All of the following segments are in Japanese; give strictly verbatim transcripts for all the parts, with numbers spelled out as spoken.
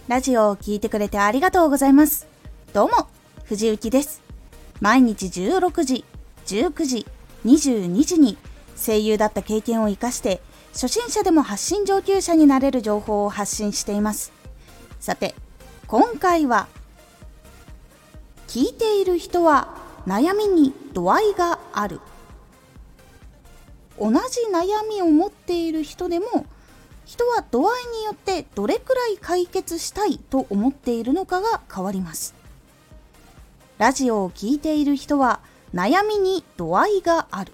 ラジオを聞いてくれてありがとうございます。どうも、藤幸です。毎日じゅうろくじ、じゅうくじ、にじゅうにじに声優だった経験を生かして初心者でも発信上級者になれる情報を発信しています。さて、今回は聞いている人は悩みに度合いがある。同じ悩みを持っている人でも人は度合いによってどれくらい解決したいと思っているのかが変わります。ラジオを聞いている人は悩みに度合いがある。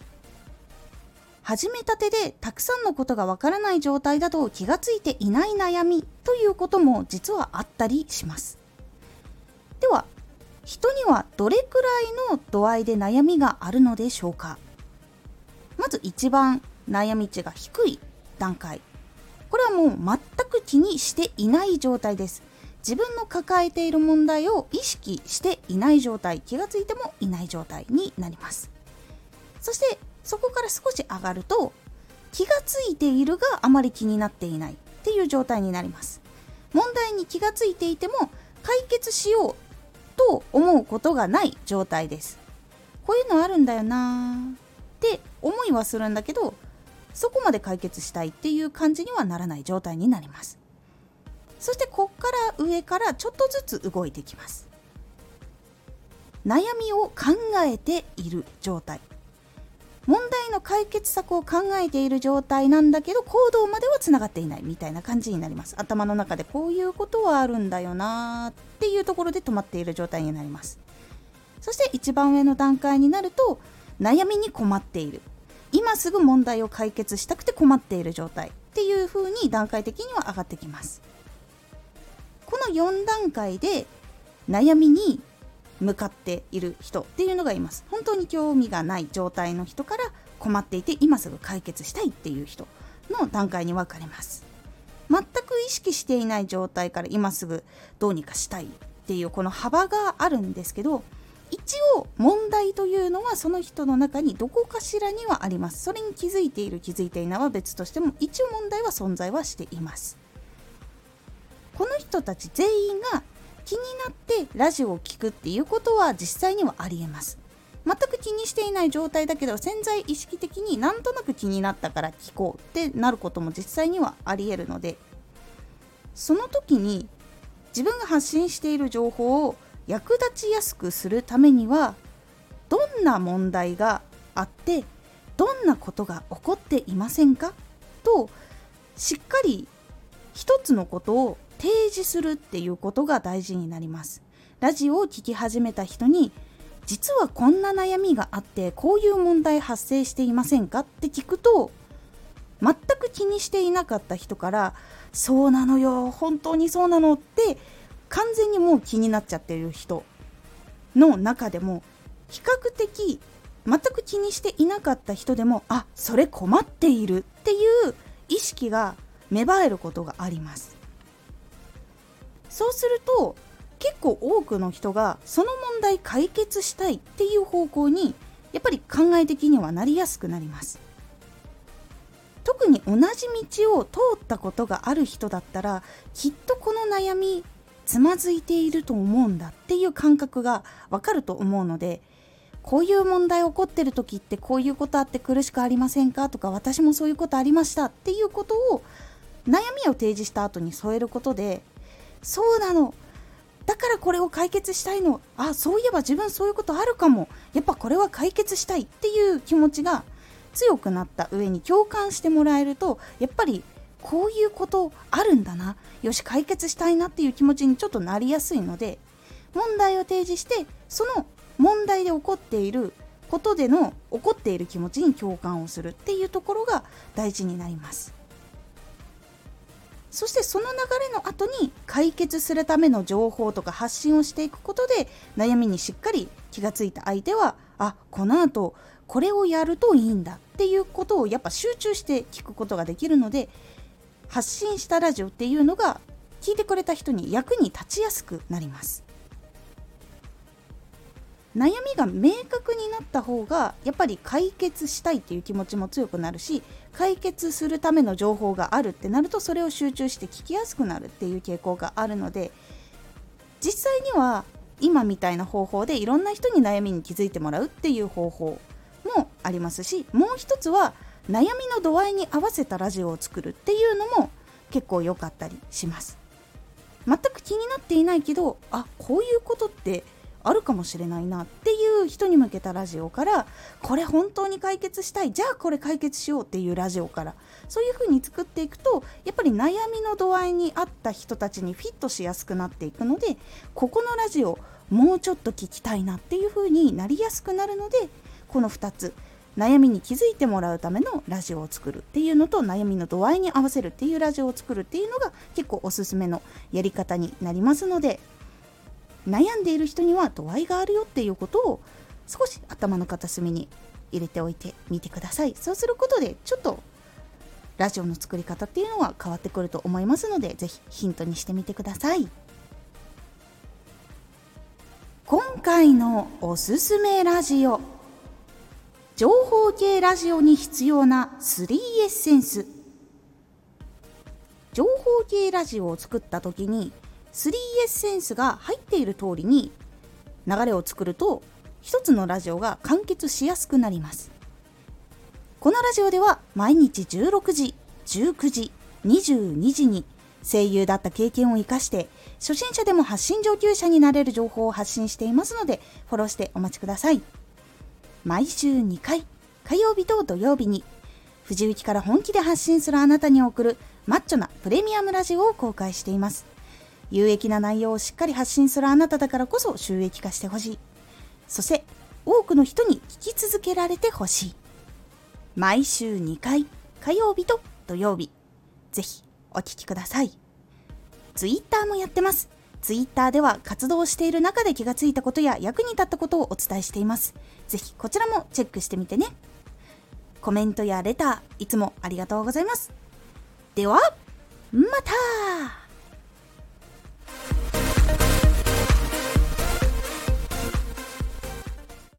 始めたてでたくさんのことがわからない状態だと気がついていない悩みということも実はあったりします。では、人にはどれくらいの度合いで悩みがあるのでしょうか。まず一番悩み値が低い段階。これはもう全く気にしていない状態です。自分の抱えている問題を意識していない状態、気がついてもいない状態になります。そしてそこから少し上がると、気がついているがあまり気になっていないっていう状態になります。問題に気がついていても解決しようと思うことがない状態です。こういうのあるんだよなーって思いはするんだけど、そこまで解決したいっていう感じにはならない状態になります。そしてこっから上からちょっとずつ動いていきます。悩みを考えている状態。問題の解決策を考えている状態なんだけど、行動まではつながっていないみたいな感じになります。頭の中でこういうことはあるんだよなっていうところで止まっている状態になります。そして一番上の段階になると、悩みに困っている。今すぐ問題を解決したくて困っている状態っていう風に段階的には上がってきます。このよん段階で悩みに向かっている人っていうのがいます。本当に興味がない状態の人から困っていて今すぐ解決したいっていう人の段階に分かれます。全く意識していない状態から今すぐどうにかしたいっていうこの幅があるんですけど、一応問題というのはその人の中にどこかしらにはあります。それに気づいている気づいていないは別としても、一応問題は存在はしています。この人たち全員が気になってラジオを聞くっていうことは実際にはありえます。全く気にしていない状態だけど潜在意識的になんとなく気になったから聞こうってなることも実際にはありえるので、その時に自分が発信している情報を役立ちやすくするためには、どんな問題があってどんなことが起こっていませんかとしっかり一つのことを提示するっていうことが大事になります。ラジオを聞き始めた人に、実はこんな悩みがあってこういう問題発生していませんかって聞くと、全く気にしていなかった人から、そうなのよ、本当にそうなのって完全にもう気になっちゃっている人の中でも、比較的全く気にしていなかった人でも、あ、それ困っているっていう意識が芽生えることがあります。そうすると結構多くの人がその問題解決したいっていう方向にやっぱり考え的にはなりやすくなります。特に同じ道を通ったことがある人だったら、きっとこの悩みつまずいていると思うんだっていう感覚がわかると思うので、こういう問題起こってる時ってこういうことあって苦しくありませんかとか、私もそういうことありましたっていうことを悩みを提示した後に添えることで、そうなの、だからこれを解決したいの、あ、そういえば自分そういうことあるかも、やっぱこれは解決したいっていう気持ちが強くなった上に共感してもらえると、やっぱりこういうことあるんだな、よし解決したいなっていう気持ちにちょっとなりやすいので、問題を提示してその問題で起こっていることでの起こっている気持ちに共感をするっていうところが大事になります。そしてその流れの後に解決するための情報とか発信をしていくことで、悩みにしっかり気がついた相手は、あ、この後これをやるといいんだっていうことをやっぱ集中して聞くことができるので、発信したラジオっていうのが聞いてくれた人に役に立ちやすくなります。 悩みが明確になった方がやっぱり解決したいっていう気持ちも強くなるし、解決するための情報があるってなるとそれを集中して聞きやすくなるっていう傾向があるので、実際には今みたいな方法でいろんな人に悩みに気づいてもらうっていう方法もありますし、もう一つは悩みの度合いに合わせたラジオを作るっていうのも結構良かったりします。全く気になっていないけど、あ、こういうことってあるかもしれないなっていう人に向けたラジオから、これ本当に解決したい、じゃあこれ解決しようっていうラジオから、そういう風に作っていくとやっぱり悩みの度合いに合った人たちにフィットしやすくなっていくので、ここのラジオもうちょっと聞きたいなっていう風になりやすくなるので、このふたつ、悩みに気づいてもらうためのラジオを作るっていうのと、悩みの度合いに合わせるっていうラジオを作るっていうのが結構おすすめのやり方になりますので、悩んでいる人には度合いがあるよっていうことを少し頭の片隅に入れておいてみてください。そうすることでちょっとラジオの作り方っていうのは変わってくると思いますので、ぜひヒントにしてみてください。今回のおすすめラジオ、情報系ラジオに必要なスリーエッセンス。情報系ラジオを作った時にスリーエッセンスが入っている通りに流れを作ると、一つのラジオが完結しやすくなります。このラジオでは毎日じゅうろくじ、じゅうくじ、にじゅうにじに声優だった経験を生かして初心者でも発信上級者になれる情報を発信していますので、フォローしてお待ちください。毎週にかい、火曜日と土曜日に藤雪から本気で発信するあなたに送るマッチョなプレミアムラジオを公開しています。有益な内容をしっかり発信するあなただからこそ収益化してほしい。そして多くの人に聞き続けられてほしい。毎週にかい、火曜日と土曜日、ぜひお聞きください。ツイッターもやってます。ツイッターでは活動している中で気がついたことや役に立ったことをお伝えしています。ぜひこちらもチェックしてみてね。コメントやレターいつもありがとうございます。ではまた。